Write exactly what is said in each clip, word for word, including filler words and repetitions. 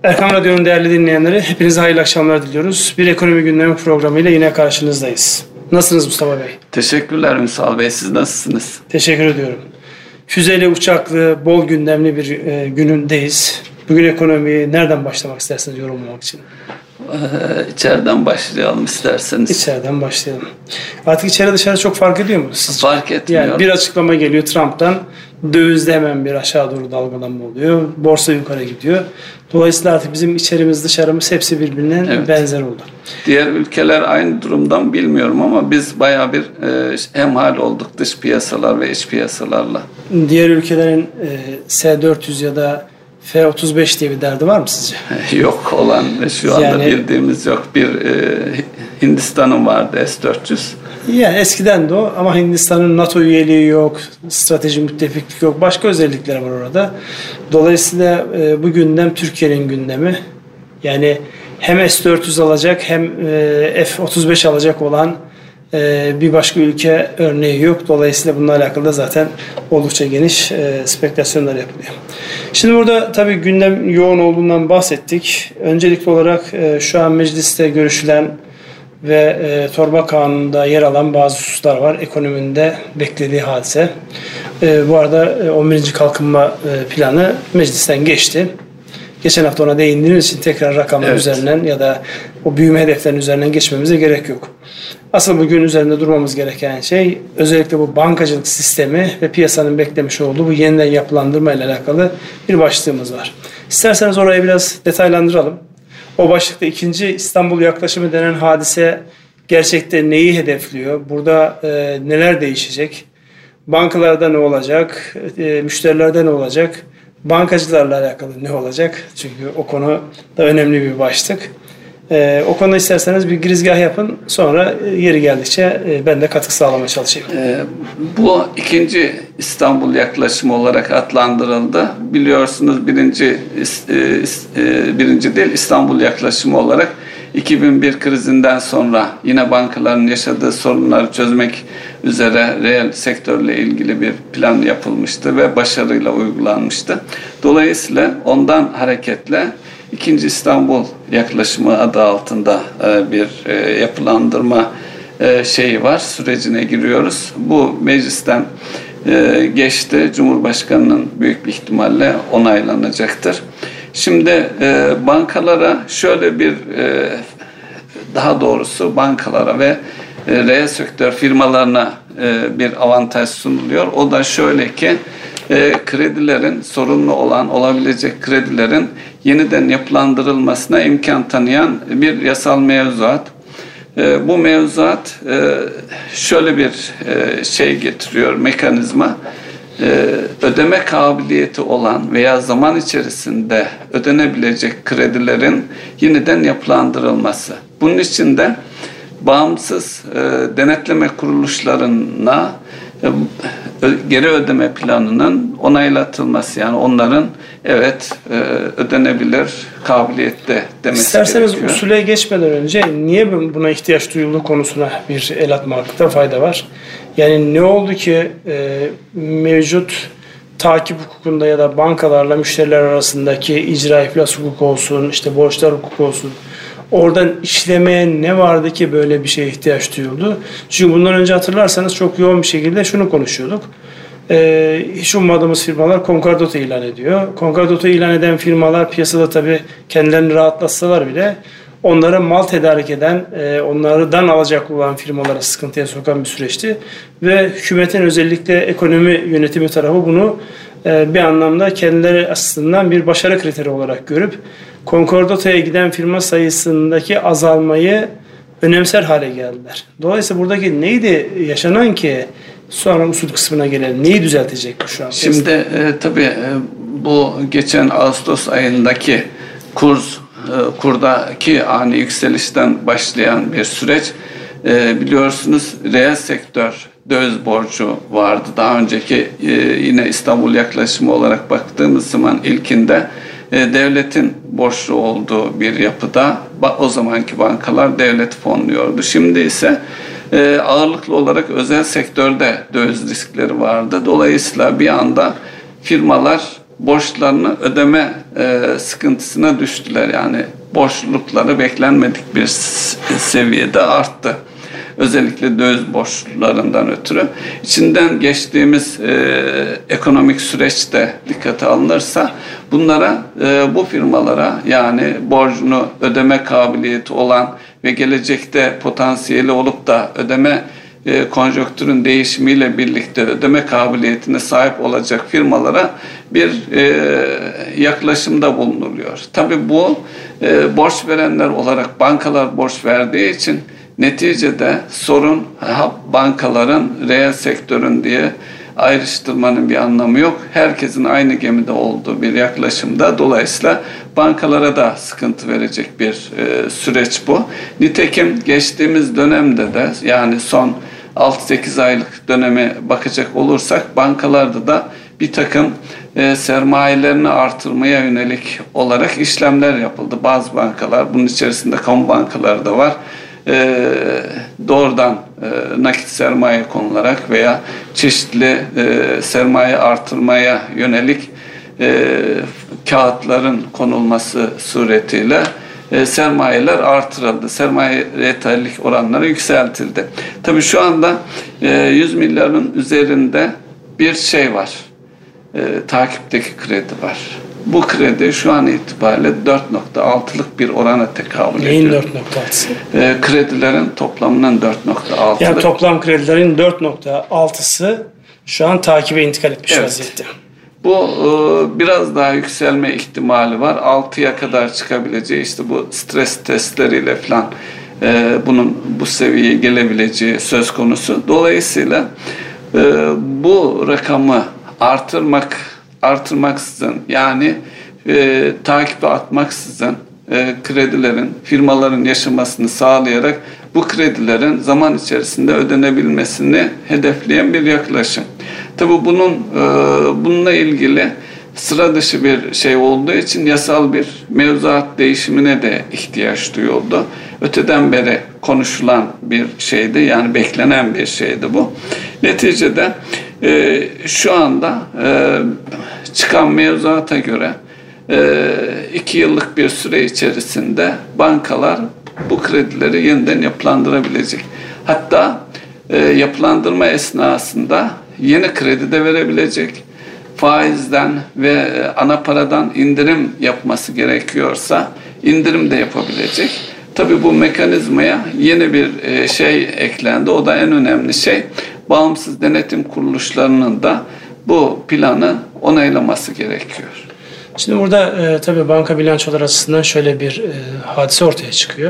Erkam Radyo'nun değerli dinleyenleri, hepinize hayırlı akşamlar diliyoruz. Bir ekonomi gündemi programıyla yine karşınızdayız. Nasılsınız Mustafa Bey? Teşekkürler Ünsal Bey, siz nasılsınız? Teşekkür ediyorum. Füzeli, uçaklı, bol gündemli bir e, günündeyiz. Bugün ekonomiyi nereden başlamak istersiniz yorumlamak için? Ee, içeriden başlayalım isterseniz. İçeriden başlayalım. Artık içeri dışarı çok fark ediyor mu sizce? Fark etmiyor. Yani bir açıklama geliyor Trump'tan, dövizde hemen bir aşağı doğru dalgalanma oluyor. Borsa yukarı gidiyor. Dolayısıyla artık bizim içerimiz dışarımız hepsi birbirine evet. benzer oldu. Diğer ülkeler aynı durumdan bilmiyorum ama biz bayağı bir e, hemhal olduk dış piyasalar ve iç piyasalarla. Diğer ülkelerin e, S dört yüz ya da F otuz beş diye bir derdi var mı sizce? Yok, olan ve şu anda yani, bildiğimiz yok. Bir e, Hindistan'ın vardı S dört yüz. Yani eskiden de o ama Hindistan'ın NATO üyeliği yok, strateji müttefiklik yok, başka özellikler var orada. Dolayısıyla e, bu gündem Türkiye'nin gündemi. Yani hem S dört yüz alacak hem e, F otuz beş alacak olan e, bir başka ülke örneği yok. Dolayısıyla bununla alakalı da zaten oldukça geniş e, spekülasyonlar yapılıyor. Şimdi burada tabii gündem yoğun olduğundan bahsettik. Öncelikli olarak e, şu an mecliste görüşülen ve e, torba kanununda yer alan bazı hususlar var. Ekonominin beklediği hadise. E, bu arada e, on birinci kalkınma e, planı meclisten geçti. Geçen hafta ona değindiğimiz için tekrar rakamlar evet. üzerinden ya da o büyüme hedeflerinin üzerinden geçmemize gerek yok. Asıl bugün üzerinde durmamız gereken şey özellikle bu bankacılık sistemi ve piyasanın beklemiş olduğu bu yeniden yapılandırma ile alakalı bir başlığımız var. İsterseniz orayı biraz detaylandıralım. O başlıkta ikinci İstanbul yaklaşımı denen hadise gerçekten neyi hedefliyor? Burada e, neler değişecek? Bankalarda ne olacak? E, müşterilerde ne olacak? Bankacılarla alakalı ne olacak? Çünkü o konu da önemli bir başlık. E, o konuda isterseniz bir girizgah yapın. Sonra e, yeri geldikçe e, ben de katkı sağlamaya çalışayım. E, bu ikinci İstanbul yaklaşımı olarak adlandırıldı. Biliyorsunuz birinci e, birinci değil İstanbul yaklaşımı olarak iki bin bir krizinden sonra yine bankaların yaşadığı sorunları çözmek üzere reel sektörle ilgili bir plan yapılmıştı ve başarıyla uygulanmıştı. Dolayısıyla ondan hareketle İkinci İstanbul yaklaşımı adı altında bir yapılandırma şeyi var, sürecine giriyoruz. Bu meclisten geçti, Cumhurbaşkanı'nın büyük bir ihtimalle onaylanacaktır. Şimdi bankalara şöyle bir, daha doğrusu bankalara ve reel sektör firmalarına bir avantaj sunuluyor. O da şöyle ki, E, kredilerin, sorunlu olan olabilecek kredilerin yeniden yapılandırılmasına imkan tanıyan bir yasal mevzuat. E, bu mevzuat e, şöyle bir e, şey getiriyor, mekanizma. E, ödeme kabiliyeti olan veya zaman içerisinde ödenebilecek kredilerin yeniden yapılandırılması. Bunun için de bağımsız e, denetleme kuruluşlarına e, geri ödeme planının onaylatılması, yani onların evet ödenebilir kabiliyette demesi İsterseniz gerekiyor. Usule geçmeden önce niye buna ihtiyaç duyulduğu konusuna bir el atmakta fayda var. Yani ne oldu ki e, mevcut takip hukukunda ya da bankalarla müşteriler arasındaki icra iflas hukuku olsun, işte borçlar hukuku olsun, oradan işlemeye ne vardı ki böyle bir şeye ihtiyaç duyuldu? Çünkü bundan önce hatırlarsanız çok yoğun bir şekilde şunu konuşuyorduk. Ee, hiç ummadığımız firmalar Concordato ilan ediyor. Concordato ilan eden firmalar piyasada tabii kendilerini rahatlatsalar bile onlara mal tedarik eden, e, onlardan alacak olan firmalara sıkıntıya sokan bir süreçti. Ve hükümetin özellikle ekonomi yönetimi tarafı bunu e, bir anlamda kendileri açısından bir başarı kriteri olarak görüp Concordato'ya giden firma sayısındaki azalmayı önemser hale geldiler. Dolayısıyla buradaki neydi yaşanan ki sonra usul kısmına gelelim. Neyi düzeltecek bu şu an? Şimdi e, tabii e, bu geçen Ağustos ayındaki kur, e, kurdaki ani yükselişten başlayan bir süreç. E, biliyorsunuz reel sektör döviz borcu vardı. Daha önceki e, yine İstanbul yaklaşımı olarak baktığımız zaman ilkinde devletin borçlu olduğu bir yapıda o zamanki bankalar devlet fonluyordu. Şimdi ise ağırlıklı olarak özel sektörde döviz riskleri vardı. Dolayısıyla bir anda firmalar borçlarını ödeme e, sıkıntısına düştüler. Yani borçlulukları beklenmedik bir seviyede arttı. Özellikle döviz borçlarından ötürü. İçinden geçtiğimiz e, ekonomik süreçte dikkate alınırsa bunlara, e, bu firmalara, yani borcunu ödeme kabiliyeti olan ve gelecekte potansiyeli olup da ödeme e, konjonktürün değişimiyle birlikte ödeme kabiliyetine sahip olacak firmalara bir e, yaklaşımda bulunuluyor. Tabii bu e, borç verenler olarak bankalar borç verdiği için neticede sorun bankaların, reel sektörün diye ayrıştırmanın bir anlamı yok. Herkesin aynı gemide olduğu bir yaklaşımda, dolayısıyla bankalara da sıkıntı verecek bir e, süreç bu. Nitekim geçtiğimiz dönemde de, yani son altı sekiz aylık döneme bakacak olursak, bankalarda da bir takım e, sermayelerini artırmaya yönelik olarak işlemler yapıldı. Bazı bankalar, bunun içerisinde kamu bankaları da var, E, doğrudan e, nakit sermaye konularak veya çeşitli e, sermaye artırmaya yönelik e, kağıtların konulması suretiyle e, sermayeler artırıldı. Sermaye yeterlilik oranları yükseltildi. Tabii şu anda e, yüz milyarın üzerinde bir şey var. E, takipteki kredi var. Bu kredi şu an itibariyle dört nokta altılık bir orana tekabül ediyor. Neyin dört nokta altısı? E, kredilerin toplamının dört nokta altılık. Yani toplam kredilerin dört nokta altısı şu an takibe intikal etmiş evet. vaziyette. Bu e, biraz daha yükselme ihtimali var. altıya kadar çıkabileceği, işte bu stres testleriyle falan e, bunun bu seviyeye gelebileceği söz konusu. Dolayısıyla e, bu rakamı artırmak artırmaksızın, yani e, takibe atmaksızın e, kredilerin, firmaların yaşamasını sağlayarak bu kredilerin zaman içerisinde ödenebilmesini hedefleyen bir yaklaşım. Tabii bunun e, bununla ilgili sıra dışı bir şey olduğu için yasal bir mevzuat değişimine de ihtiyaç duyuldu. Öteden beri konuşulan bir şeydi, yani beklenen bir şeydi bu. Neticede e, şu anda e, çıkan mevzuata göre e, iki yıllık bir süre içerisinde bankalar bu kredileri yeniden yapılandırabilecek. Hatta e, yapılandırma esnasında yeni kredi de verebilecek. Faizden ve ana paradan indirim yapması gerekiyorsa indirim de yapabilecek. Tabii bu mekanizmaya yeni bir şey eklendi. O da en önemli şey. Bağımsız denetim kuruluşlarının da bu planı onaylaması gerekiyor. Şimdi burada e, tabii banka bilançoları açısından şöyle bir e, hadise ortaya çıkıyor.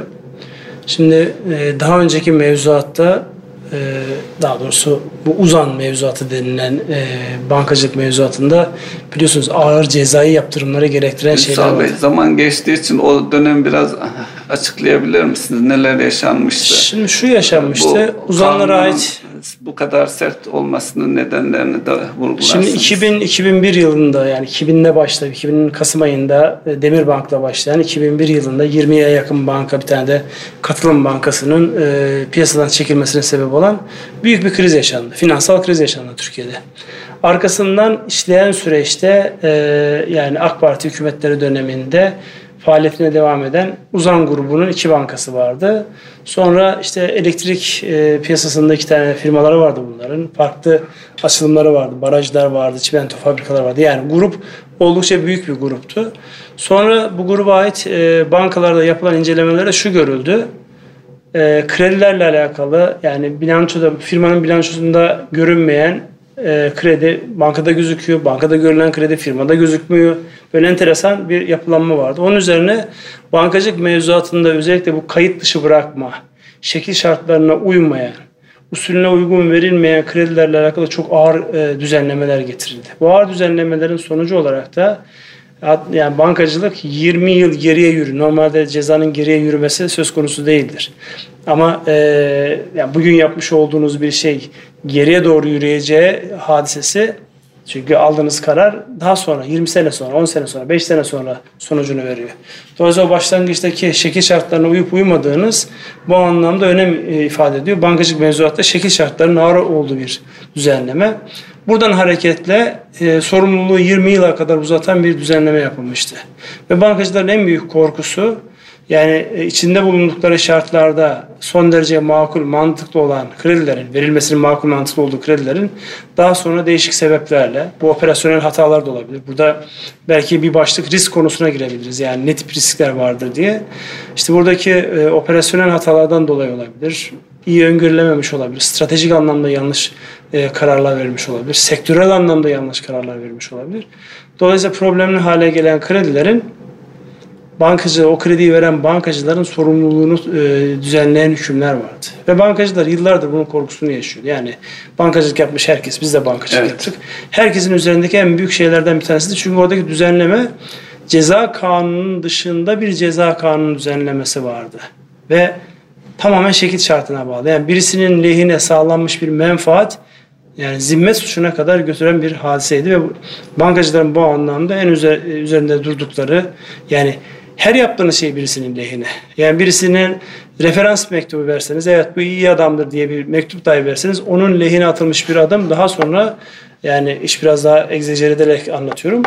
Şimdi e, daha önceki mevzuatta, e, daha doğrusu bu uzan mevzuatı denilen e, bankacılık mevzuatında biliyorsunuz ağır cezai yaptırımları gerektiren şeyler var. Bey, zaman geçtiği için o dönem biraz açıklayabilir misiniz? Neler yaşanmıştı? Şimdi şu yaşanmıştı. Bu uzanlara ait bu kadar sert olmasının nedenlerini de vurgularsınız. Şimdi iki bin iki bin bir yılında, yani iki binde başladı. iki binin Kasım ayında Demirbank'la başlayan, iki bin bir yılında yirmiye yakın banka, bir tane de Katılım Bankası'nın e, piyasadan çekilmesine sebep olan büyük bir kriz yaşandı. Finansal kriz yaşandı Türkiye'de. Arkasından işleyen süreçte e, yani AK Parti hükümetleri döneminde faaliyetine devam eden Uzan grubunun iki bankası vardı. Sonra işte elektrik e, piyasasında iki tane firmaları vardı bunların. Farklı açılımları vardı. Barajlar vardı, çimento fabrikaları vardı. Yani grup oldukça büyük bir gruptu. Sonra bu gruba ait e, bankalarda yapılan incelemelerde şu görüldü. E, kredilerle alakalı, yani bilançoda, firmanın bilançosunda görünmeyen E, kredi bankada gözüküyor. Bankada görülen kredi firmada gözükmüyor. Böyle enteresan bir yapılanma vardı. Onun üzerine bankacılık mevzuatında özellikle bu kayıt dışı bırakma, şekil şartlarına uymayan, usulüne uygun verilmeyen kredilerle alakalı çok ağır e, düzenlemeler getirildi. Bu ağır düzenlemelerin sonucu olarak da yani bankacılık yirmi yıl geriye yürü. Normalde cezanın geriye yürümesi söz konusu değildir. Ama e, yani bugün yapmış olduğunuz bir şey geriye doğru yürüyeceği hadisesi, çünkü aldığınız karar daha sonra, yirmi sene sonra, on sene sonra, beş sene sonra sonucunu veriyor. Dolayısıyla o başlangıçtaki şekil şartlarına uyup uymadığınız bu anlamda önem ifade ediyor. Bankacılık mevzuatta şekil şartlarının ağır olduğu bir düzenleme. Buradan hareketle e, sorumluluğu yirmi yıla kadar uzatan bir düzenleme yapılmıştı. Ve bankacıların en büyük korkusu, yani e, içinde bulundukları şartlarda son derece makul, mantıklı olan kredilerin, verilmesinin makul, mantıklı olduğu kredilerin daha sonra değişik sebeplerle, bu operasyonel hatalar da olabilir. Burada belki bir başlık risk konusuna girebiliriz. Yani ne tip riskler vardır diye. İşte buradaki e, operasyonel hatalardan dolayı olabilir. İyi öngörülememiş olabilir. Stratejik anlamda yanlış e, kararlar verilmiş olabilir. Sektörel anlamda yanlış kararlar verilmiş olabilir. Dolayısıyla problemli hale gelen kredilerin bankacı, o krediyi veren bankacıların sorumluluğunu e, düzenleyen hükümler vardı. Ve bankacılar yıllardır bunun korkusunu yaşıyor. Yani bankacılık yapmış herkes, biz de bankacılık evet. yaptık. Herkesin üzerindeki en büyük şeylerden bir tanesidir. Çünkü oradaki düzenleme ceza kanununun dışında bir ceza kanunu düzenlemesi vardı. Ve tamamen şekil şartına bağlı. Yani birisinin lehine sağlanmış bir menfaat, yani zimmet suçuna kadar götüren bir hadiseydi ve bankacıların bu anlamda en üzerinde durdukları, yani her yaptığınız şey birisinin lehine. Yani birisinin referans mektubu verseniz, evet bu iyi adamdır diye bir mektup dahi verseniz, onun lehine atılmış bir adam daha sonra, yani iş biraz daha egzajere ederek anlatıyorum,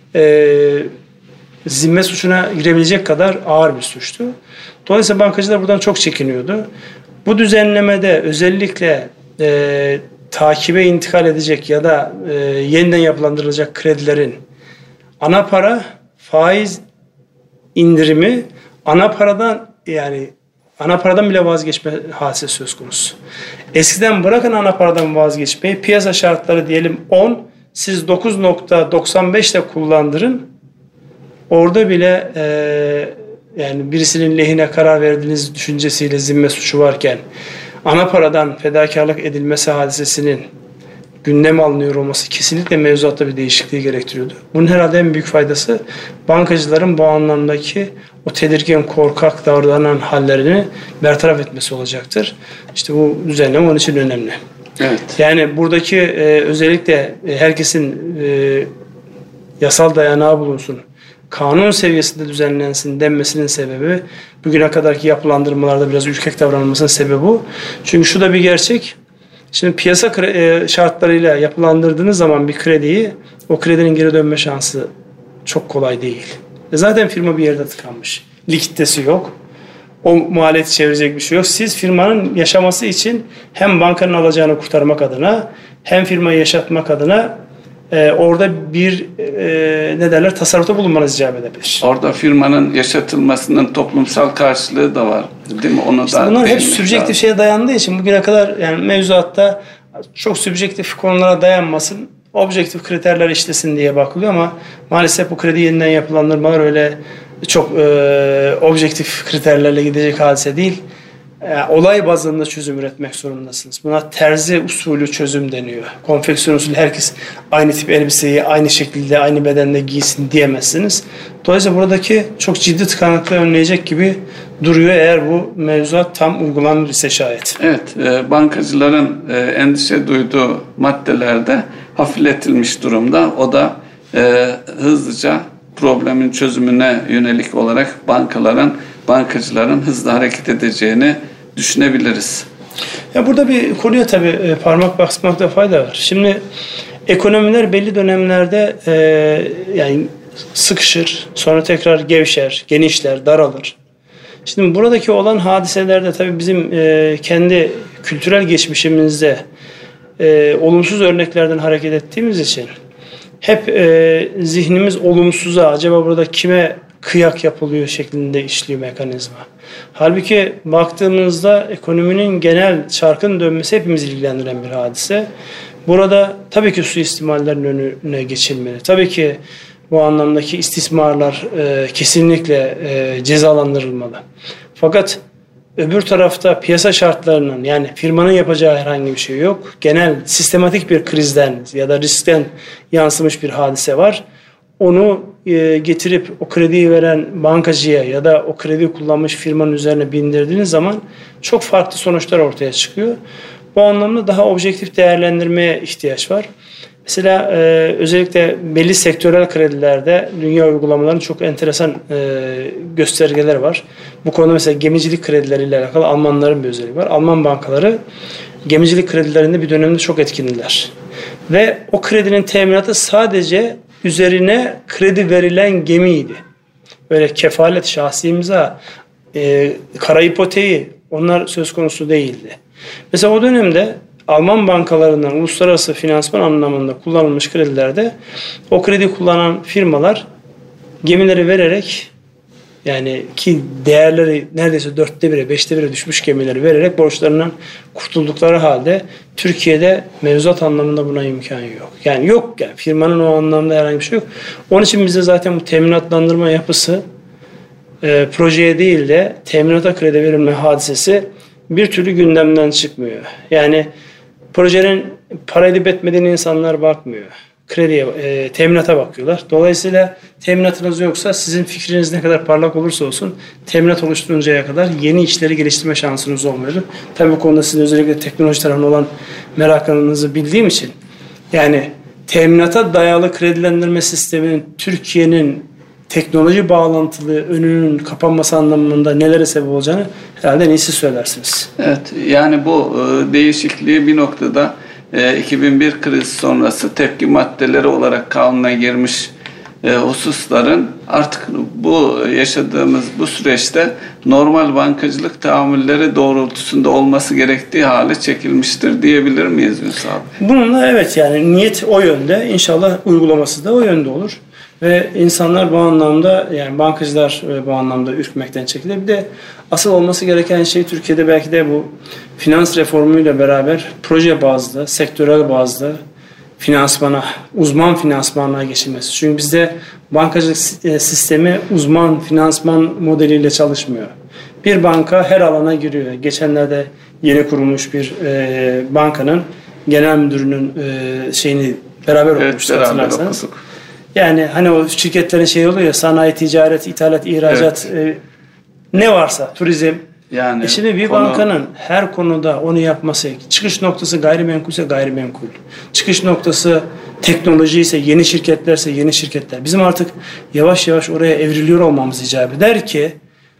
Ee, zimmet suçuna girebilecek kadar ağır bir suçtu. Dolayısıyla bankacılar buradan çok çekiniyordu. Bu düzenlemede özellikle e, takibe intikal edecek ya da e, yeniden yapılandırılacak kredilerin ana para, faiz indirimi, ana paradan, yani ana paradan bile vazgeçme hadisesi söz konusu. Eskiden bırakın ana paradan vazgeçmeyi, piyasa şartları diyelim on, siz dokuz nokta doksan beş ile kullandırın. Orada bile e, yani birisinin lehine karar verdiğiniz düşüncesiyle zimme suçu varken ana paradan fedakarlık edilmesi hadisesinin gündeme alınıyor olması kesinlikle mevzuatta bir değişikliği gerektiriyordu. Bunun herhalde en büyük faydası bankacıların bu anlamdaki o tedirgin, korkak davranan hallerini bertaraf etmesi olacaktır. İşte bu düzenleme onun için önemli. Evet. Yani buradaki e, özellikle e, herkesin e, yasal dayanağı bulunsun, kanun seviyesinde düzenlensin denmesinin sebebi, bugüne kadarki yapılandırmalarda biraz ürkek davranılmasının sebebi bu. Çünkü şu da bir gerçek. Şimdi piyasa şartlarıyla yapılandırdığınız zaman bir krediyi, o kredinin geri dönme şansı çok kolay değil. E zaten firma bir yerde tıkanmış. Likiditesi yok. O maliyeti çevirecek bir şey yok. Siz firmanın yaşaması için hem bankanın alacağını kurtarmak adına hem firmayı yaşatmak adına e, orada bir e, ne derler tasarrufta bulunmanız icap edebilir. Orada firmanın yaşatılmasının toplumsal karşılığı da var. Değil mi? Onu işte da bunlar hep sübjektif şeye dayandığı için bugüne kadar yani mevzuatta çok sübjektif konulara dayanmasın, objektif kriterler işlesin diye bakılıyor ama maalesef bu kredi yeniden yapılandırmalar öyle çok e, objektif kriterlerle gidecek hadise değil. E, olay bazında çözüm üretmek zorundasınız. Buna terzi usulü çözüm deniyor. Konfeksiyon usulü herkes aynı tip elbiseyi aynı şekilde, aynı bedende giysin diyemezsiniz. Dolayısıyla buradaki çok ciddi tıkanıklığı önleyecek gibi duruyor eğer bu mevzuat tam uygulanır ise şayet. Evet, e, bankacıların e, endişe duyduğu maddelerde hafifletilmiş durumda. O da e, hızlıca problemin çözümüne yönelik olarak bankaların, bankacıların hızlı hareket edeceğini düşünebiliriz. Ya burada bir konuya tabii parmak basmakta fayda var. Şimdi ekonomiler belli dönemlerde e, yani sıkışır, sonra tekrar gevşer, genişler, daralır. Şimdi buradaki olan hadiselerde tabii bizim e, kendi kültürel geçmişimizde e, olumsuz örneklerden hareket ettiğimiz için hep e, zihnimiz olumsuza, acaba burada kime kıyak yapılıyor şeklinde işliyor mekanizma. Halbuki baktığımızda ekonominin genel çarkın dönmesi hepimizi ilgilendiren bir hadise. Burada tabii ki suistimallerin önüne geçilmeli. Tabii ki bu anlamdaki istismarlar e, kesinlikle e, cezalandırılmalı. Fakat öbür tarafta piyasa şartlarının, yani firmanın yapacağı herhangi bir şey yok. Genel sistematik bir krizden ya da riskten yansımış bir hadise var. Onu e, getirip o krediyi veren bankacıya ya da o krediyi kullanmış firmanın üzerine bindirdiğiniz zaman çok farklı sonuçlar ortaya çıkıyor. Bu anlamda daha objektif değerlendirmeye ihtiyaç var. Mesela e, özellikle belli sektörel kredilerde dünya uygulamalarının çok enteresan e, göstergeleri var. Bu konuda mesela gemicilik kredileriyle alakalı Almanların bir özelliği var. Alman bankaları gemicilik kredilerinde bir dönemde çok etkindiler. Ve o kredinin teminatı sadece üzerine kredi verilen gemiydi. Böyle kefalet, şahsi imza, e, kara ipoteği onlar söz konusu değildi. Mesela o dönemde Alman bankalarından uluslararası finansman anlamında kullanılmış kredilerde o kredi kullanan firmalar gemileri vererek, yani ki değerleri neredeyse dörtte bire, beşte bire düşmüş gemileri vererek borçlarından kurtuldukları halde Türkiye'de mevzuat anlamında buna imkan yok. Yani yok, yani firmanın o anlamda herhangi bir şey yok. Onun için bize zaten bu teminatlandırma yapısı e, projeye değil de teminata kredi verilme hadisesi bir türlü gündemden çıkmıyor. Yani projenin para edip etmediğine insanlar bakmıyor. Krediye, e, teminata bakıyorlar. Dolayısıyla teminatınız yoksa sizin fikriniz ne kadar parlak olursa olsun teminat oluşturuncaya kadar yeni işleri geliştirme şansınız olmuyordu. Tabii bu konuda sizin özellikle teknoloji tarafına olan merakınızı bildiğim için, yani teminata dayalı kredilendirme sisteminin Türkiye'nin teknoloji bağlantılı önünün kapanması anlamında nelere sebep olacağını herhalde en iyisi söylersiniz. Evet, yani bu e, değişikliği bir noktada e, iki bin bir kriz sonrası tepki maddeleri olarak kanuna girmiş e, hususların artık bu yaşadığımız bu süreçte normal bankacılık tahammülleri doğrultusunda olması gerektiği hale çekilmiştir diyebilir miyiz Ünsal Bey? Bununla evet, yani niyet o yönde, inşallah uygulaması da o yönde olur. Ve insanlar bu anlamda, yani bankacılar bu anlamda ürkmekten çekilir. Bir de asıl olması gereken şey Türkiye'de belki de bu finans reformuyla beraber proje bazlı, sektörel bazlı finansmana, uzman finansmanına geçilmesi. Çünkü bizde bankacılık sistemi uzman finansman modeliyle çalışmıyor. Bir banka her alana giriyor. Geçenlerde yeni kurulmuş bir e, bankanın genel müdürünün e, şeyini beraber evet, okumuştuk, hatırlarsanız. Yani hani o şirketlerin şey oluyor ya, sanayi, ticaret, ithalat, ihracat, evet. e, ne varsa, turizm. Yani e şimdi bir konu... bankanın her konuda onu yapması, çıkış noktası gayrimenkulse gayrimenkul, çıkış noktası teknoloji ise, yeni şirketlerse yeni şirketler. Bizim artık yavaş yavaş oraya evriliyor olmamız icap eder ki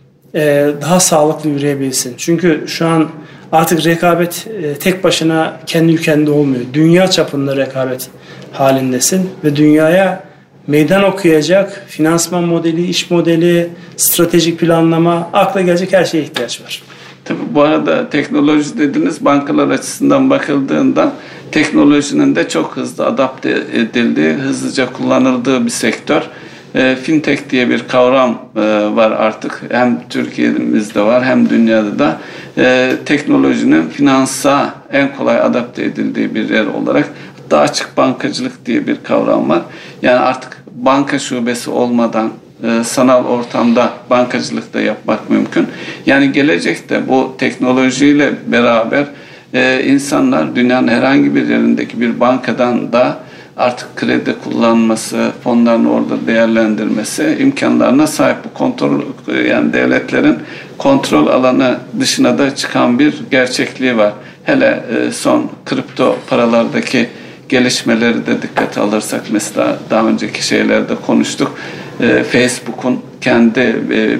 e, daha sağlıklı yürüyebilsin. Çünkü şu an artık rekabet e, tek başına kendi ülkende olmuyor. Dünya çapında rekabet halindesin ve dünyaya meydan okuyacak finansman modeli, iş modeli, stratejik planlama, akla gelecek her şeye ihtiyaç var. Tabii bu arada teknoloji dediniz, bankalar açısından bakıldığında teknolojinin de çok hızlı adapte edildiği, hızlıca kullanıldığı bir sektör. E, fintech diye bir kavram e, var artık. Hem Türkiye'mizde var hem dünyada da. E, teknolojinin finansa en kolay adapte edildiği bir yer olarak daha açık bankacılık diye bir kavram var. Yani artık banka şubesi olmadan e, sanal ortamda bankacılık da yapmak mümkün. Yani gelecekte bu teknolojiyle beraber e, insanlar dünyanın herhangi bir yerindeki bir bankadan da artık kredi kullanması, fonlarını orada değerlendirmesi imkanlarına sahip. Bu kontrol, yani devletlerin kontrol alanı dışına da çıkan bir gerçekliği var. Hele e, son kripto paralardaki gelişmeleri de dikkate alırsak, mesela daha önceki şeylerde konuştuk. E, Facebook'un kendi e,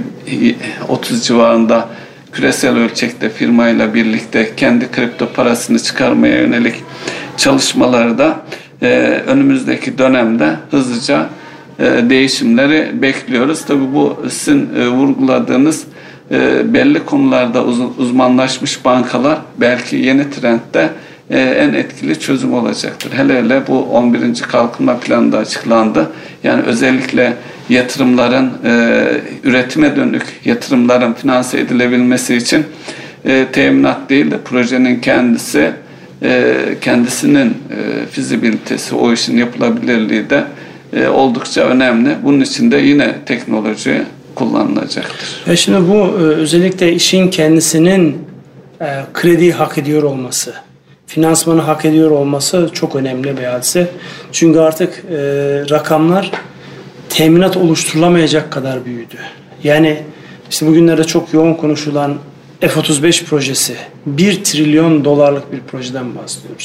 otuz civarında küresel ölçekte firmayla birlikte kendi kripto parasını çıkarmaya yönelik çalışmaları da e, önümüzdeki dönemde hızlıca e, değişimleri bekliyoruz. Tabii bu sizin e, vurguladığınız e, belli konularda uz, uzmanlaşmış bankalar belki yeni trendde e, en etkili çözüm olacaktır. Hele hele bu on birinci kalkınma planında açıklandı. Yani özellikle yatırımların, e, üretime dönük yatırımların finanse edilebilmesi için e, teminat değil de projenin kendisi, e, kendisinin e, fizibilitesi, o işin yapılabilirliği de e, oldukça önemli. Bunun için de yine teknoloji kullanılacaktır. E şimdi bu e, özellikle işin kendisinin e, krediyi hak ediyor olması, finansmanı hak ediyor olması çok önemli bir hadise. Çünkü artık e, rakamlar teminat oluşturulamayacak kadar büyüdü. Yani işte bugünlerde çok yoğun konuşulan F otuz beş projesi, bir trilyon dolarlık bir projeden bahsediyoruz.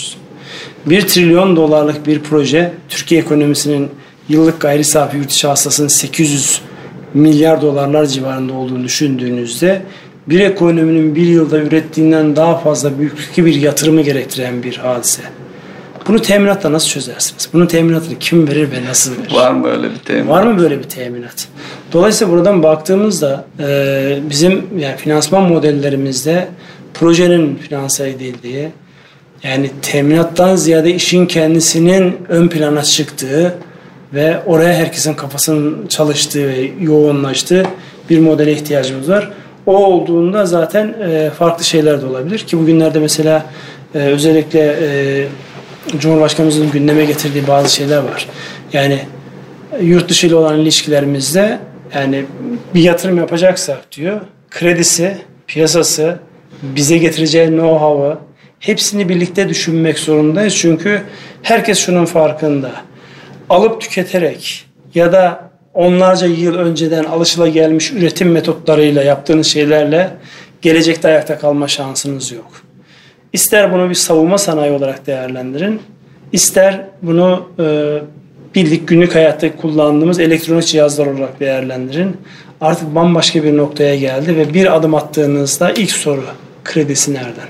bir trilyon dolarlık bir proje Türkiye ekonomisinin yıllık gayri safi yurt içi hasılasının sekiz yüz milyar dolarlar civarında olduğunu düşündüğünüzde bir ekonominin bir yılda ürettiğinden daha fazla büyüklükte bir yatırımı gerektiren bir hadise. Bunu teminatla nasıl çözersiniz? Bunun teminatını kim verir ve nasıl verir? Var mı öyle bir teminat? Var mı böyle bir teminat? Dolayısıyla buradan baktığımızda e, bizim yani finansman modellerimizde projenin finanse edildiği, yani teminattan ziyade işin kendisinin ön plana çıktığı ve oraya herkesin kafasının çalıştığı ve yoğunlaştığı bir modele ihtiyacımız var. O olduğunda zaten e, farklı şeyler de olabilir ki bugünlerde mesela e, özellikle e, Cumhurbaşkanımızın gündeme getirdiği bazı şeyler var. Yani yurt dışı ile olan ilişkilerimizde yani bir yatırım yapacaksak diyor, kredisi, piyasası, bize getireceği know-how'ı hepsini birlikte düşünmek zorundayız. Çünkü herkes şunun farkında. Alıp tüketerek ya da onlarca yıl önceden alışılagelmiş üretim metotlarıyla yaptığınız şeylerle gelecekte ayakta kalma şansınız yok. İster bunu bir savunma sanayi olarak değerlendirin, ister bunu e, bildik günlük hayatta kullandığımız elektronik cihazlar olarak değerlendirin. Artık bambaşka bir noktaya geldi ve bir adım attığınızda ilk soru kredisi nereden?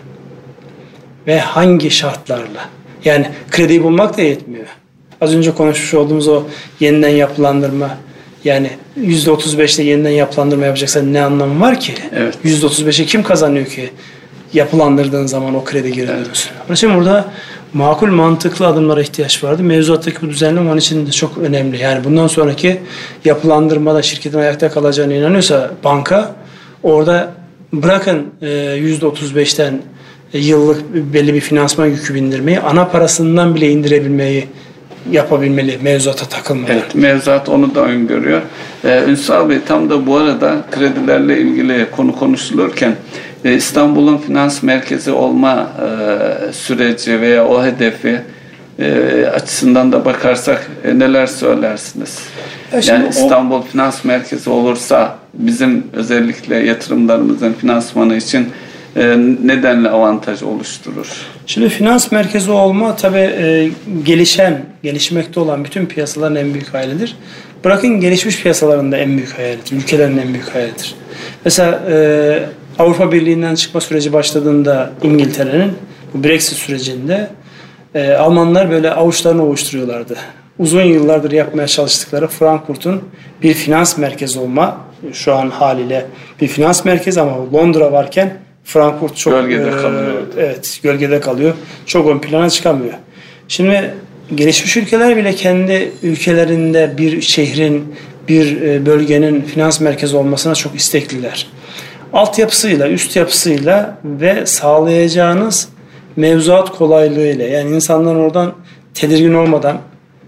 Ve hangi şartlarla? Yani krediyi bulmak da yetmiyor. Az önce konuşmuş olduğumuz o yeniden yapılandırma, yani yüzde otuz beşte yeniden yapılandırma yapacaksan ne anlamı var ki? Evet. yüzde otuz beşe kim kazanıyor ki yapılandırdığın zaman o kredi geri dönüyorsun? Evet. Şimdi burada makul mantıklı adımlara ihtiyaç vardı. Mevzuattaki bu düzenleme onun için de çok önemli. Yani bundan sonraki yapılandırmada şirketin ayakta kalacağına inanıyorsa banka orada bırakın yüzde otuz beşten yıllık belli bir finansman yükü bindirmeyi, ana parasından bile indirebilmeyi yapabilmeli, mevzuata takılmalı. Evet, mevzuat onu da öngörüyor. Ee, Ünsal Bey, tam da bu arada kredilerle ilgili konu konuşulurken e, İstanbul'un finans merkezi olma e, süreci veya o hedefi e, açısından da bakarsak e, neler söylersiniz? Ya yani İstanbul o... finans merkezi olursa bizim özellikle yatırımlarımızın finansmanı için E, nedenle avantaj oluşturur? Şimdi finans merkezi olma tabii e, gelişen, gelişmekte olan bütün piyasaların en büyük hayalidir. Bırakın gelişmiş piyasaların da en büyük hayalidir. Ülkelerin en büyük hayalidir. Mesela e, Avrupa Birliği'nden çıkma süreci başladığında İngiltere'nin bu Brexit sürecinde e, Almanlar böyle avuçlarını ovuşturuyorlardı. Uzun yıllardır yapmaya çalıştıkları Frankfurt'un bir finans merkezi olma, şu an haliyle bir finans merkezi ama Londra varken Frankfurt çok gölgede e, kalıyor. Evet, gölgede kalıyor. Çok ön plana çıkamıyor. Şimdi gelişmiş ülkeler bile kendi ülkelerinde bir şehrin, bir bölgenin finans merkezi olmasına çok istekliler. Altyapısıyla, üst yapısıyla ve sağlayacağınız mevzuat kolaylığıyla, yani insanların oradan tedirgin olmadan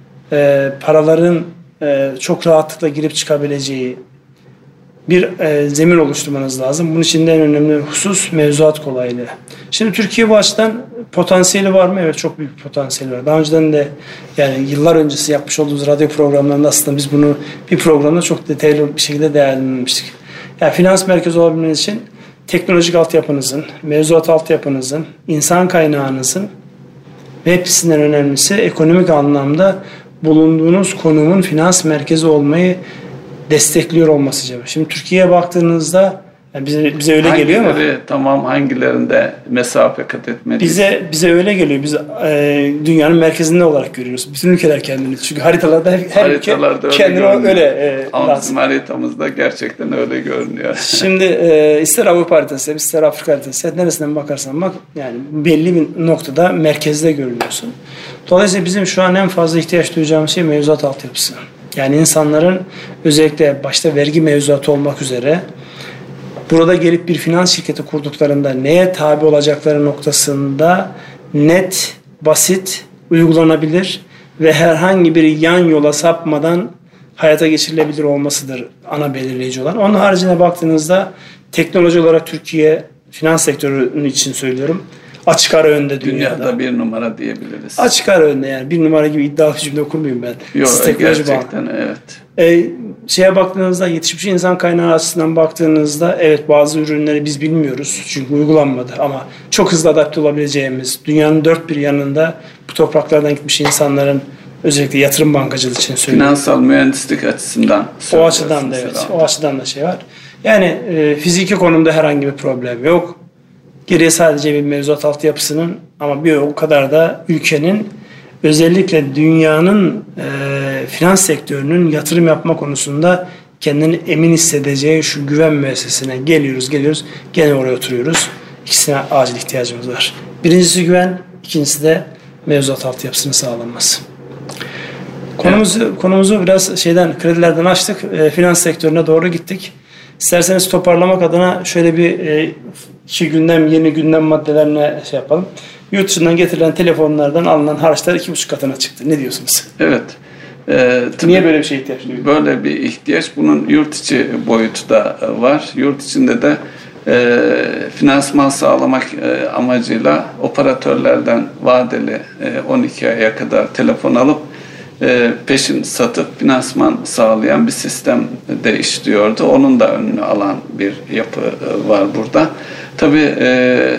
e, paraların e, çok rahatlıkla girip çıkabileceği bir e, zemin oluşturmanız lazım. Bunun için de en önemli husus mevzuat kolaylığı. Şimdi Türkiye bu açıdan potansiyeli var mı? Evet, çok büyük bir potansiyeli var. Daha önceden de yani yıllar öncesi yapmış olduğumuz radyo programlarında aslında biz bunu bir programda çok detaylı bir şekilde değerlendirmiştik. Yani finans merkezi olabilmeniz için teknolojik altyapınızın, mevzuat altyapınızın, insan kaynağınızın ve hepsinden önemlisi ekonomik anlamda bulunduğunuz konumun finans merkezi olmayı destekliyor olması cevap. Şimdi Türkiye'ye baktığınızda yani bize bize öyle hangileri, geliyor ama tamam hangilerinde mesafe kat etmeliyiz? Bize bize öyle geliyor. Biz e, dünyanın merkezinde olarak görüyoruz. Bütün ülkeler kendini. Çünkü haritalarda her, her Haritalarda ülke kendini öyle, öyle e, ama lazım. bizim haritamızda gerçekten öyle görünüyor. Şimdi e, ister Avrupa haritası, ister Afrika haritası, neresinden bakarsan bak yani belli bir noktada merkezde görünüyorsun. Dolayısıyla bizim şu an en fazla ihtiyaç duyacağımız şey mevzuat altyapısı. Yani insanların özellikle başta vergi mevzuatı olmak üzere burada gelip bir finans şirketi kurduklarında neye tabi olacakları noktasında net, basit, uygulanabilir ve herhangi bir yan yola sapmadan hayata geçirilebilir olmasıdır ana belirleyici olan. Onun haricine baktığınızda teknoloji olarak Türkiye finans sektörü için söylüyorum. Açık ara önde dünyada. Dünyada bir numara diyebiliriz. Açık ara önde yani. Bir numara gibi iddialı cümle kurmayayım ben. Yok, gerçekten bağlı. Evet. Ee, şeye baktığınızda, yetişmiş insan kaynağı açısından baktığınızda evet bazı ürünleri biz bilmiyoruz çünkü uygulanmadı ama çok hızlı adapte olabileceğimiz, dünyanın dört bir yanında bu topraklardan gitmiş insanların özellikle yatırım bankacılığı için söylüyorum. Finansal mühendislik açısından. O açıdan da evet. O açıdan da şey var. Yani e, fiziki konumda herhangi bir problem yok. Geriye sadece bir mevzuat altyapısının ama bir o kadar da ülkenin özellikle dünyanın e, finans sektörünün yatırım yapma konusunda kendini emin hissedeceği şu güven müessesesine geliyoruz geliyoruz gene oraya oturuyoruz. İkisine acil ihtiyacımız var. Birincisi güven, ikincisi de mevzuat altyapısının sağlanması. Konumuzu evet. konumuzu biraz şeyden kredilerden açtık. E, finans sektörüne doğru gittik. İsterseniz toparlamak adına şöyle bir e, iki gündem, yeni gündem maddelerine şey yapalım. Yurt dışından getirilen telefonlardan alınan harçlar iki buçuk katına çıktı. Ne diyorsunuz? Evet. Ee, Niye böyle bir şeye ihtiyaç duyuyor? Böyle bir ihtiyaç. Bunun yurt içi boyutu da var. Yurt içinde de e, finansman sağlamak e, amacıyla operatörlerden vadeli e, on iki aya kadar telefon alıp e, peşin satıp finansman sağlayan bir sistem de işliyordu. Onun da önünü alan bir yapı e, var burada. Tabii e,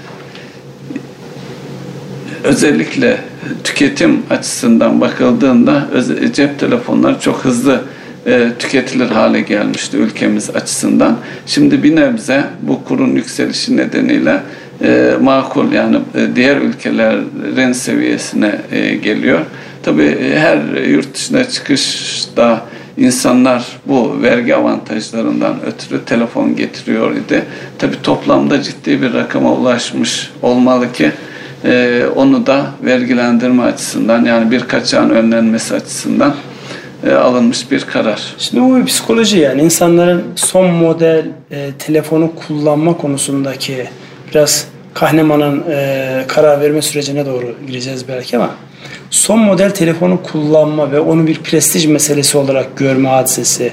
özellikle tüketim açısından bakıldığında cep telefonları çok hızlı e, tüketilir hale gelmişti ülkemiz açısından. Şimdi bir nebze bu kurun yükselişi nedeniyle e, makul yani e, diğer ülkelerin seviyesine e, geliyor. Tabii her yurt dışına çıkışta insanlar bu vergi avantajlarından ötürü telefon getiriyor idi. Tabii toplamda ciddi bir rakama ulaşmış olmalı ki Ee, onu da vergilendirme açısından yani bir kaçağın önlenmesi açısından e, alınmış bir karar. Şimdi bu bir psikoloji yani insanların son model e, telefonu kullanma konusundaki biraz Kahneman'ın e, karar verme sürecine doğru gireceğiz belki ama son model telefonu kullanma ve onu bir prestij meselesi olarak görme hadisesi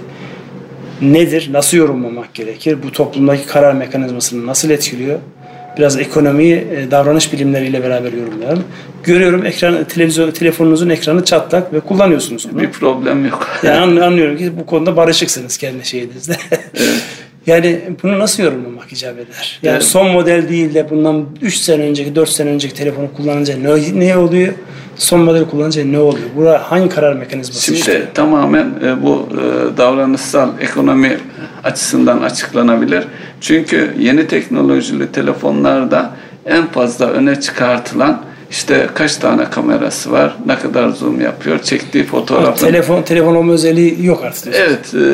nedir? Nasıl yorumlamak gerekir? Bu toplumdaki karar mekanizmasını nasıl etkiliyor? Biraz ekonomiyi davranış bilimleriyle beraber yorumlayalım. Görüyorum ekran, televizyon, telefonunuzun ekranı çatlak ve kullanıyorsunuz onu. Bir problem yok. Yani anlıyorum ki bu konuda barışıksınız kendi şeyinizde. Evet. Yani bunu nasıl yorumlamak icap eder? Yani evet. Son model değil de bundan üç sene önceki, dört sene önceki telefonu kullanınca ne, ne oluyor? Son modeli kullanınca ne oluyor? Burada hangi karar mekanizması Şimdi işliyor? tamamen e, bu e, davranışsal ekonomi açısından açıklanabilir. Çünkü yeni teknolojili telefonlarda en fazla öne çıkartılan işte kaç tane kamerası var, ne kadar zoom yapıyor, çektiği fotoğrafın... Telefon, telefon olma özelliği yok artık. Evet, e,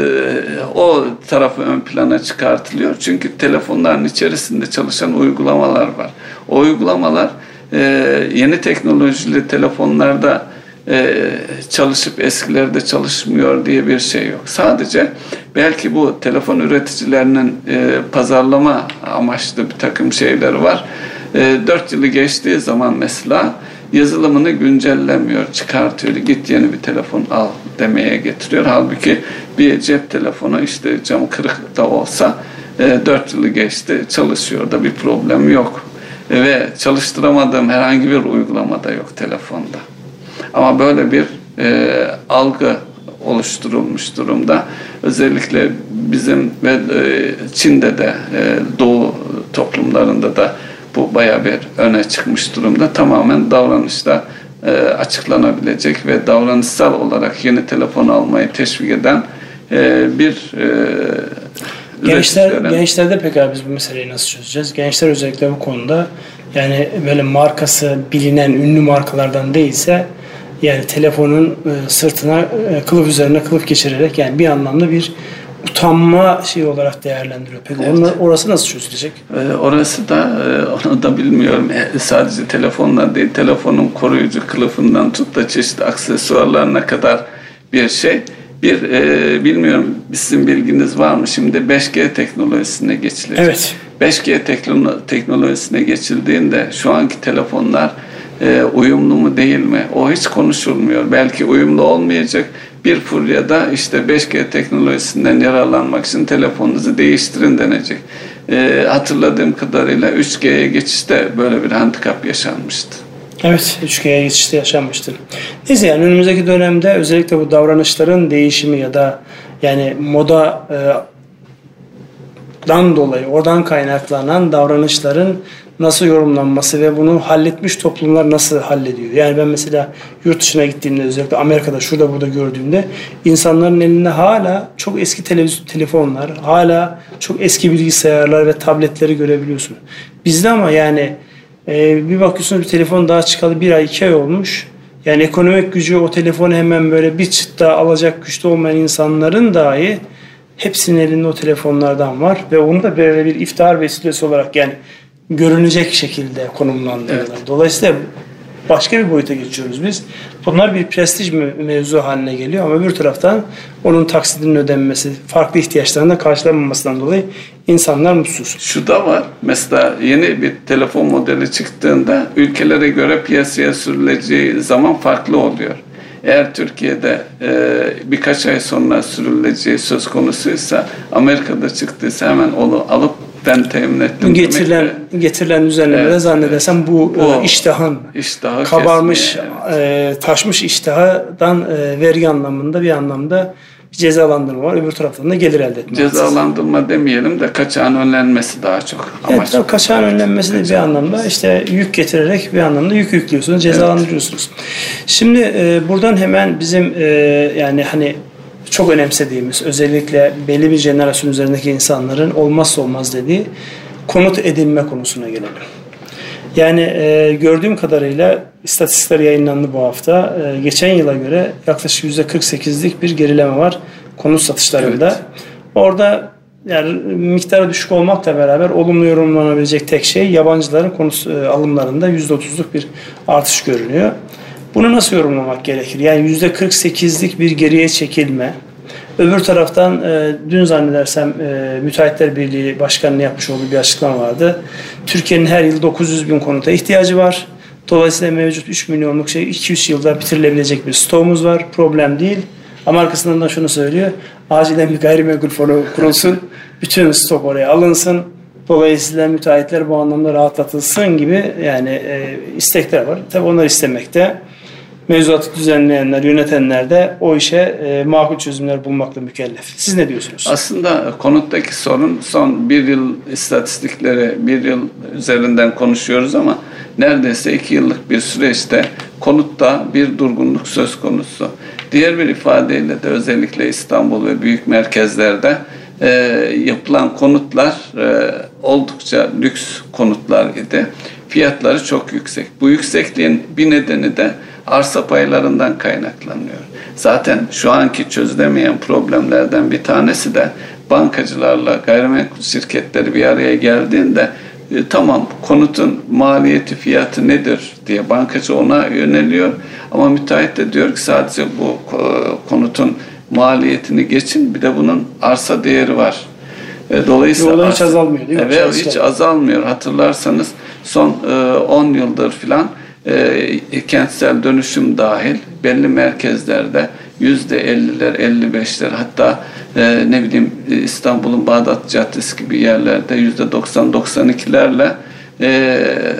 o tarafı ön plana çıkartılıyor. Çünkü telefonların içerisinde çalışan uygulamalar var. O uygulamalar e, yeni teknolojili telefonlarda e, çalışıp eskilerde çalışmıyor diye bir şey yok. Sadece belki bu telefon üreticilerinin e, pazarlama amaçlı bir takım şeyleri var. dört yılı geçtiği zaman mesela yazılımını güncellemiyor, çıkartıyor, git yeni bir telefon al demeye getiriyor. Halbuki bir cep telefonu işte camı kırık da olsa dört yılı geçti, çalışıyor da bir problem yok. Ve çalıştıramadığım herhangi bir uygulama da yok telefonda. Ama böyle bir e, algı oluşturulmuş durumda. Özellikle bizim ve e, Çin'de de e, Doğu toplumlarında da bu bayağı bir öne çıkmış durumda. Tamamen davranışla e, açıklanabilecek ve davranışsal olarak yeni telefon almayı teşvik eden e, bir e, Gençler, gençlerde peki abi biz bu meseleyi nasıl çözeceğiz? Gençler özellikle bu konuda yani böyle markası bilinen ünlü markalardan değilse yani telefonun sırtına kılıf üzerine kılıf geçirerek yani bir anlamda bir utanma şey olarak değerlendiriyor. Peki evet. Onlar, orası nasıl çözülecek? Ee, orası da onu da bilmiyorum. E, sadece telefonla değil, telefonun koruyucu kılıfından tut da çeşitli aksesuarlarına kadar bir şey. Bir e, bilmiyorum sizin bilginiz var mı? Şimdi beş G teknolojisine geçilecek. Evet. beş G teknolojisine geçildiğinde şu anki telefonlar e, uyumlu mu değil mi? O hiç konuşulmuyor. Belki uyumlu olmayacak. Bir furyada işte beş G teknolojisinden yararlanmak için telefonunuzu değiştirin denecek. E, hatırladığım kadarıyla üç G'ye geçişte böyle bir handikap yaşanmıştı. Evet, üç G'ye geçişte yaşanmıştır. Neyse yani önümüzdeki dönemde özellikle bu davranışların değişimi ya da Yani moda e, dan dolayı oradan kaynaklanan davranışların nasıl yorumlanması ve bunu halletmiş toplumlar nasıl hallediyor? Yani ben mesela yurt dışına gittiğimde, özellikle Amerika'da şurada burada gördüğümde insanların elinde hala çok eski televizyon, telefonlar, hala çok eski bilgisayarlar ve tabletleri görebiliyorsun. Bizde ama yani e, bir bakıyorsunuz bir telefon daha çıkalı bir ay iki ay olmuş. Yani ekonomik gücü o telefonu hemen böyle bir çıt daha alacak güçte olmayan insanların dahi hepsinin elinde o telefonlardan var ve onu da böyle bir iftihar vesilesi olarak yani görünecek şekilde konumlandırıyorlar. Evet. Dolayısıyla başka bir boyuta geçiyoruz biz. Bunlar bir prestij mevzu haline geliyor ama öbür taraftan onun taksidinin ödenmesi, farklı ihtiyaçlarının da karşılanmamasından dolayı insanlar mutsuz. Şu da var. Mesela yeni bir telefon modeli çıktığında ülkelere göre piyasaya sürüleceği zaman farklı oluyor. Eğer Türkiye'de e, birkaç ay sonra sürüleceği söz konusuysa, Amerika'da çıktıysa hemen onu alıp ben temin ettim. Getirilen, de, getirilen düzenlemede evet, zannedersem evet. bu o, iştahın iştahı kabarmış, evet. e, taşmış iştahdan e, vergi anlamında bir anlamda bir cezalandırma var. Öbür taraftan da gelir elde etme. Cezalandırma açısından demeyelim de kaçağın önlenmesi daha çok. Evet, tabii kaçağın önlenmesi de bir anlamda işte yük getirerek bir anlamda yük yüklüyorsunuz, cezalandırıyorsunuz. Evet. Şimdi e, buradan hemen bizim e, yani hani çok önemsediğimiz, özellikle belli bir jenerasyon üzerindeki insanların olmazsa olmaz dediği konut edinme konusuna gelelim. Yani e, gördüğüm kadarıyla istatistikler yayınlandı bu hafta. E, geçen yıla göre yaklaşık yüzde kırk sekizlik bir gerileme var konut satışlarında. Evet. Orada yani miktarı düşük olmakla beraber olumlu yorumlanabilecek tek şey yabancıların konut e, alımlarında yüzde otuzluk bir artış görünüyor. Bunu nasıl yorumlamak gerekir? Yani yüzde kırk sekizlik bir geriye çekilme. Öbür taraftan e, dün zannedersem e, Müteahhitler Birliği Başkanı'nın yapmış olduğu bir açıklama vardı. Türkiye'nin her yıl dokuz yüz bin konuta ihtiyacı var. Dolayısıyla mevcut üç milyonluk şey iki üç yılda bitirilebilecek bir stoğumuz var. Problem değil. Ama arkasından da şunu söylüyor. Acilen bir gayrimenkul fonu kurulsun. Bütün stok oraya alınsın. Dolayısıyla müteahhitler bu anlamda rahatlatılsın gibi yani e, istekler var. Tabii onlar istemekte. Mevzuatı düzenleyenler, yönetenler de o işe e, makul çözümler bulmakla mükellef. Siz ne diyorsunuz? Aslında konuttaki sorun son bir yıl istatistikleri, bir yıl üzerinden konuşuyoruz ama neredeyse iki yıllık bir süreçte konutta bir durgunluk söz konusu. Diğer bir ifadeyle de özellikle İstanbul ve büyük merkezlerde e, yapılan konutlar e, oldukça lüks konutlar idi. Fiyatları çok yüksek. Bu yüksekliğin bir nedeni de arsa paylarından kaynaklanıyor. Zaten şu anki çözülemeyen problemlerden bir tanesi de bankacılarla gayrimenkul şirketleri bir araya geldiğinde e, tamam konutun maliyeti fiyatı nedir diye bankacı ona yöneliyor. Ama müteahhit de diyor ki sadece bu e, konutun maliyetini geçin bir de bunun arsa değeri var. E, dolayısıyla arsa, hiç azalmıyor değil mi? Evet hiç azalmıyor. Hatırlarsanız son e, on yıldır filan E, kentsel dönüşüm dahil belli merkezlerde yüzde elliler, elli beşler hatta e, ne bileyim İstanbul'un Bağdat Caddesi gibi yerlerde yüzde doksan doksan ikilerle e,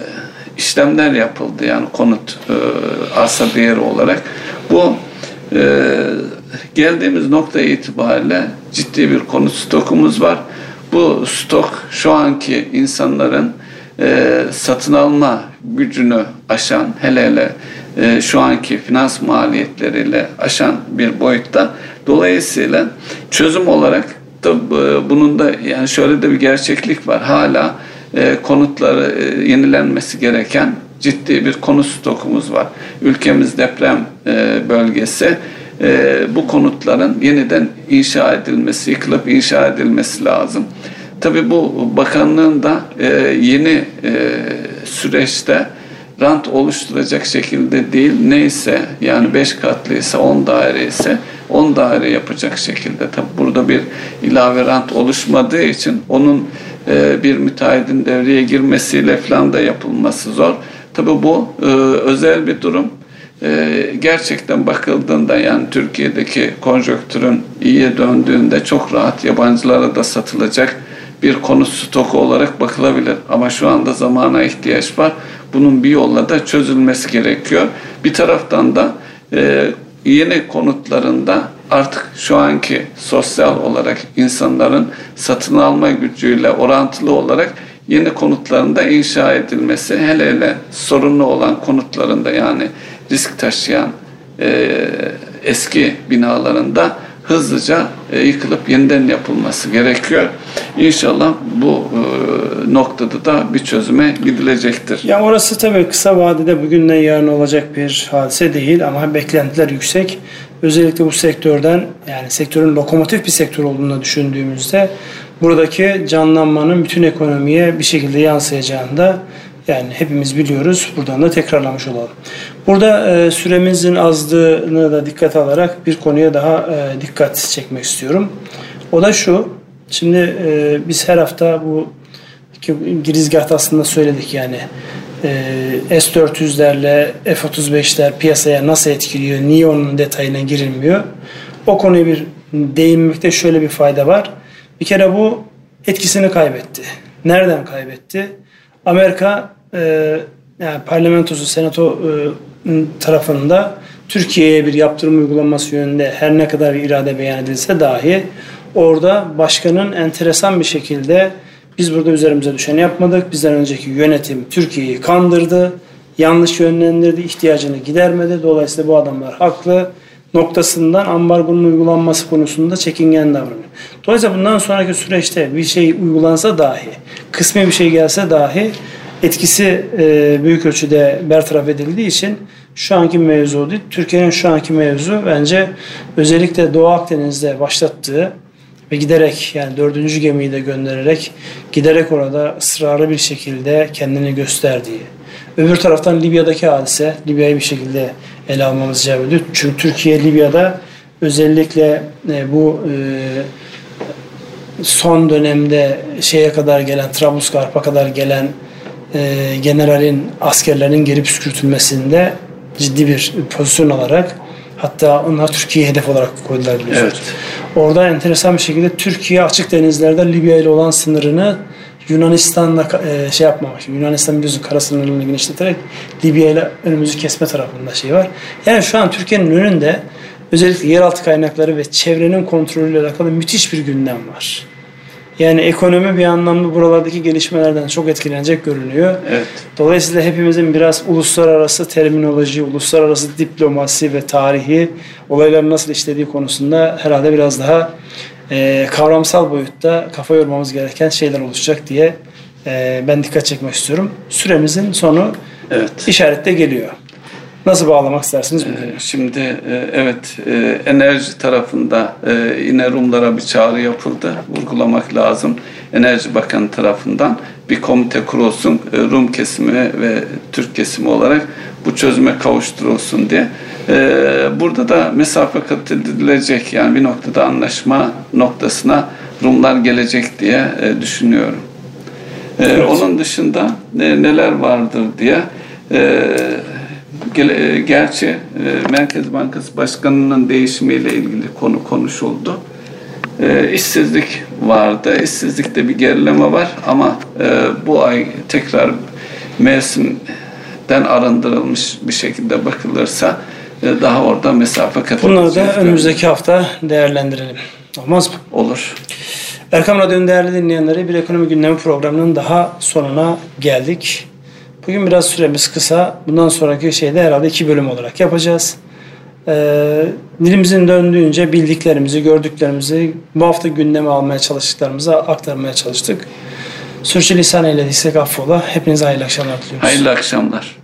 işlemler yapıldı yani konut e, arsa değeri olarak. Bu e, geldiğimiz nokta itibariyle ciddi bir konut stokumuz var. Bu stok şu anki insanların e, satın alma gücünü aşan, hele hele e, şu anki finans maliyetleriyle aşan bir boyutta. Dolayısıyla çözüm olarak da e, bunun da yani şöyle de bir gerçeklik var. Hala e, konutları e, yenilenmesi gereken ciddi bir konut stokumuz var. Ülkemiz deprem e, bölgesi. E, bu konutların yeniden inşa edilmesi, yıkılıp inşa edilmesi lazım. Tabii bu bakanlığın da e, yeni e, süreçte rant oluşturacak şekilde değil neyse yani beş katlıysa on daire ise on daire yapacak şekilde. Tabii burada bir ilave rant oluşmadığı için onun e, bir müteahhidin devreye girmesiyle falan da yapılması zor. Tabii bu e, özel bir durum. E, gerçekten bakıldığında yani Türkiye'deki konjonktürün iyiye döndüğünde çok rahat yabancılara da satılacak bir konut stoku olarak bakılabilir. Ama şu anda zamana ihtiyaç var. Bunun bir yolla da çözülmesi gerekiyor. Bir taraftan da e, yeni konutlarında artık şu anki sosyal olarak insanların satın alma gücüyle orantılı olarak yeni konutlarında inşa edilmesi, hele hele sorunlu olan konutlarında, yani risk taşıyan e, eski binalarında hızlıca e, yıkılıp yeniden yapılması gerekiyor. İnşallah bu e, noktada da bir çözüme gidilecektir. Ya orası tabii kısa vadede bugünden yarın olacak bir hadise değil ama beklentiler yüksek. Özellikle bu sektörden, yani sektörün lokomotif bir sektör olduğunu düşündüğümüzde buradaki canlanmanın bütün ekonomiye bir şekilde yansıyacağını da yani hepimiz biliyoruz. Buradan da tekrarlamış olalım. Burada e, süremizin azlığını da dikkate alarak bir konuya daha e, dikkat çekmek istiyorum. O da şu. Şimdi e, biz her hafta bu girizgahta aslında söyledik, yani e, S dört yüzlerle F otuz beşler piyasaya nasıl etkiliyor, niye onun detayına girilmiyor? O konuya bir değinmekte şöyle bir fayda var. Bir kere bu etkisini kaybetti. Nereden kaybetti? Amerika e, yani parlamentosu, senato e, tarafında Türkiye'ye bir yaptırım uygulanması yönünde her ne kadar bir irade beyan edilse dahi orada başkanın enteresan bir şekilde biz burada üzerimize düşeni yapmadık, bizden önceki yönetim Türkiye'yi kandırdı, yanlış yönlendirdi, ihtiyacını gidermedi, dolayısıyla bu adamlar haklı noktasından ambargonun uygulanması konusunda çekingen davranıyor. Dolayısıyla bundan sonraki süreçte bir şey uygulansa dahi, kısmi bir şey gelse dahi etkisi e, büyük ölçüde bertaraf edildiği için şu anki mevzu değil, Türkiye'nin şu anki mevzu bence özellikle Doğu Akdeniz'de başlattığı ve giderek, yani dördüncü gemiyi de göndererek giderek orada ısrarlı bir şekilde kendini gösterdiği. Öbür taraftan Libya'daki hadise, Libya'yı bir şekilde ele almamız icap ediyor. Çünkü Türkiye Libya'da özellikle e, bu e, son dönemde şeye kadar gelen, Trablusgarp'a kadar gelen e, generalin, askerlerin geri püskürtülmesinde ciddi bir pozisyon alarak, hatta onlar Türkiye'yi hedef olarak koydular biliyorsunuz. Evet. Orada enteresan bir şekilde Türkiye açık denizlerde Libya ile olan sınırını Yunanistan'la e, şey yapmamak. Yunanistan biliyorsun kara sınırını genişleterek Libya ile önümüzü kesme tarafında şey var. Yani şu an Türkiye'nin önünde özellikle yeraltı kaynakları ve çevrenin kontrolüyle alakalı müthiş bir gündem var. Yani ekonomi bir anlamda buralardaki gelişmelerden çok etkilenecek görünüyor. Evet. Dolayısıyla hepimizin biraz uluslararası terminoloji, uluslararası diplomasi ve tarihi olayların nasıl işlediği konusunda herhalde biraz daha e, kavramsal boyutta kafa yormamız gereken şeyler oluşacak diye e, ben dikkat çekmek istiyorum. Süremizin sonu evet. işarette geliyor. Nasıl bağlamak istersiniz? Ee, şimdi evet, enerji tarafında yine Rumlara bir çağrı yapıldı. Vurgulamak lazım. Enerji Bakanı tarafından bir komite kurulsun. Rum kesimi ve Türk kesimi olarak bu çözüme kavuşturulsun diye. Burada da mesafe kat edilecek. Yani bir noktada anlaşma noktasına Rumlar gelecek diye düşünüyorum. Evet. Onun dışında neler vardır diye Gerçi Merkez Bankası Başkanı'nın değişimiyle ilgili konu konuşuldu. E, işsizlik vardı. İşsizlikte bir gerileme var ama e, bu ay tekrar mevsimden arındırılmış bir şekilde bakılırsa e, daha orada mesafe kat edeceğiz. Bunları da önümüzdeki hafta değerlendirelim. Olmaz mı? Olur. Erkam Radyo'nun değerli dinleyenleri, bir ekonomi gündemi programının daha sonuna geldik. Bugün biraz süremiz kısa. Bundan sonraki şeyde herhalde iki bölüm olarak yapacağız. Ee, dilimizin döndüğünce bildiklerimizi, gördüklerimizi, bu hafta gündeme almaya çalıştıklarımızı aktarmaya çalıştık. Sürçülisan eylediysek affola. Hepinize hayırlı akşamlar diliyoruz. Hayırlı akşamlar.